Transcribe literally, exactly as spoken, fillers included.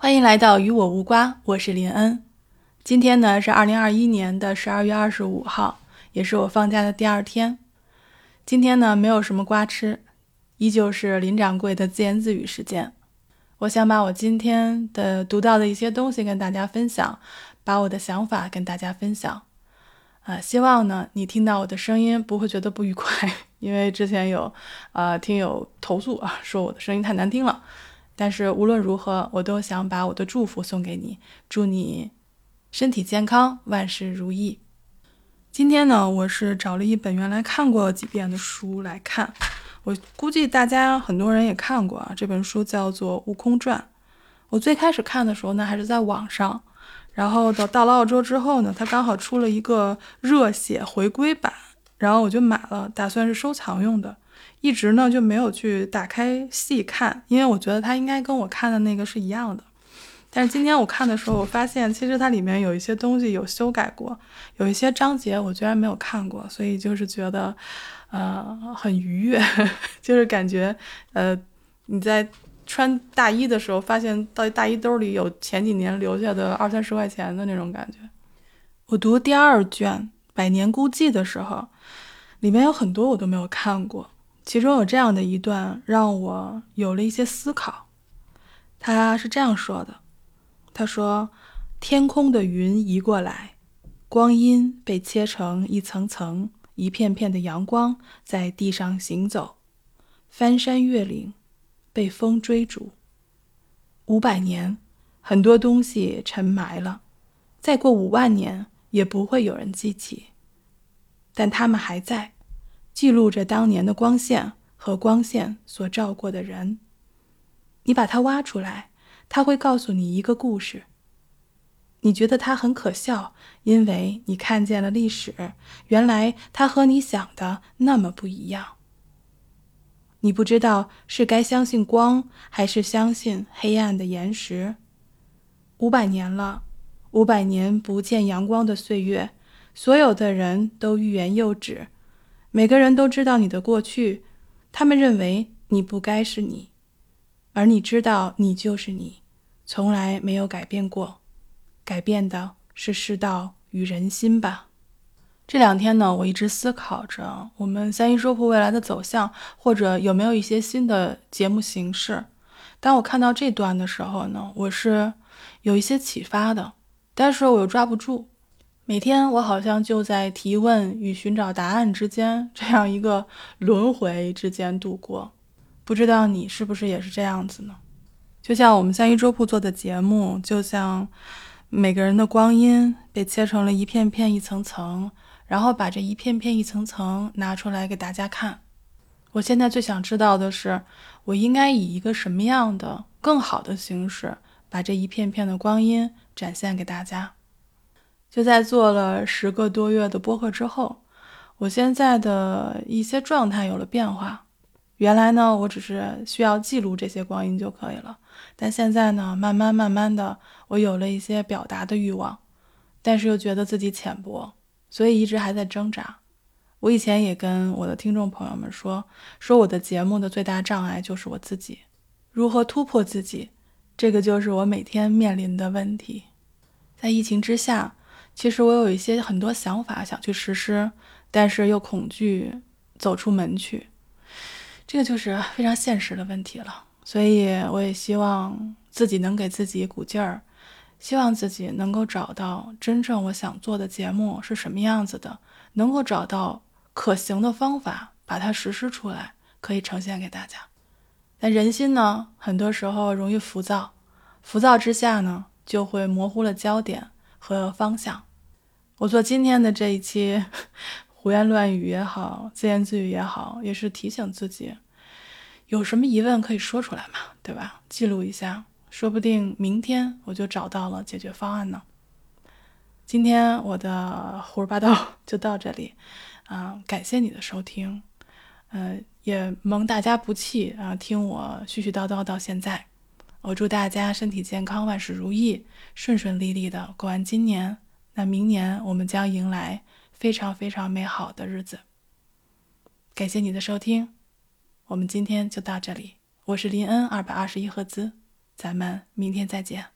欢迎来到与我无瓜，我是林恩。今天呢是二零二一年的十二月二十五号，也是我放假的第二天。今天呢没有什么瓜吃，依旧是林掌柜的自言自语时间。我想把我今天的读到的一些东西跟大家分享，把我的想法跟大家分享。呃，希望呢你听到我的声音不会觉得不愉快，因为之前有呃听友投诉啊，说我的声音太难听了。但是无论如何，我都想把我的祝福送给你，祝你身体健康，万事如意。今天呢，我是找了一本原来看过几遍的书来看，我估计大家很多人也看过啊。这本书叫做《悟空传》。我最开始看的时候呢，还是在网上，然后到到了澳洲之后呢，它刚好出了一个热血回归版，然后我就买了，打算是收藏用的。一直呢就没有去打开细看，因为我觉得它应该跟我看的那个是一样的。但是今天我看的时候，我发现其实它里面有一些东西有修改过，有一些章节我居然没有看过，所以就是觉得呃很愉悦，就是感觉呃你在穿大衣的时候，发现到大衣兜里有前几年留下的二三十块钱的那种感觉。我读第二卷《百年孤寂》的时候，里面有很多我都没有看过。其中有这样的一段让我有了一些思考，他是这样说的，他说，天空的云移过来，光阴被切成一层层一片片的阳光在地上行走，翻山越岭，被风追逐。五百年，很多东西沉埋了，再过五万年也不会有人记起，但它们还在，记录着当年的光线和光线所照过的人。你把它挖出来，它会告诉你一个故事。你觉得它很可笑，因为你看见了历史，原来它和你想的那么不一样。你不知道是该相信光，还是相信黑暗的岩石。五百年了，五百年不见阳光的岁月，所有的人都欲言又止。每个人都知道你的过去，他们认为你不该是你，而你知道你就是你，从来没有改变过，改变的是世道与人心吧。这两天呢，我一直思考着我们三一说铺未来的走向，或者有没有一些新的节目形式。当我看到这段的时候呢，我是有一些启发的，但是我又抓不住。每天我好像就在提问与寻找答案之间，这样一个轮回之间度过。不知道你是不是也是这样子呢？就像我们三一粥铺做的节目，就像每个人的光阴被切成了一片片一层层，然后把这一片片一层层拿出来给大家看。我现在最想知道的是，我应该以一个什么样的更好的形式把这一片片的光阴展现给大家。就在做了十个多月的播客之后，我现在的一些状态有了变化。原来呢，我只是需要记录这些光阴就可以了，但现在呢，慢慢慢慢的，我有了一些表达的欲望，但是又觉得自己浅薄，所以一直还在挣扎。我以前也跟我的听众朋友们说，说我的节目的最大障碍就是我自己，如何突破自己，这个就是我每天面临的问题。在疫情之下，其实我有一些很多想法想去实施，但是又恐惧走出门去，这个就是非常现实的问题了。所以我也希望自己能给自己鼓劲儿，希望自己能够找到真正我想做的节目是什么样子的，能够找到可行的方法，把它实施出来，可以呈现给大家。但人心呢，很多时候容易浮躁，浮躁之下呢，就会模糊了焦点和方向。我做今天的这一期胡言乱语也好，自言自语也好，也是提醒自己，有什么疑问可以说出来嘛，对吧？记录一下，说不定明天我就找到了解决方案呢。今天我的胡说八道就到这里，啊、呃，感谢你的收听，呃，也蒙大家不弃啊、呃，听我絮絮叨叨到现在。我祝大家身体健康，万事如意，顺顺利利的过完今年。那明年我们将迎来非常非常美好的日子。感谢你的收听，我们今天就到这里。我是林恩二百二十一赫兹，咱们明天再见。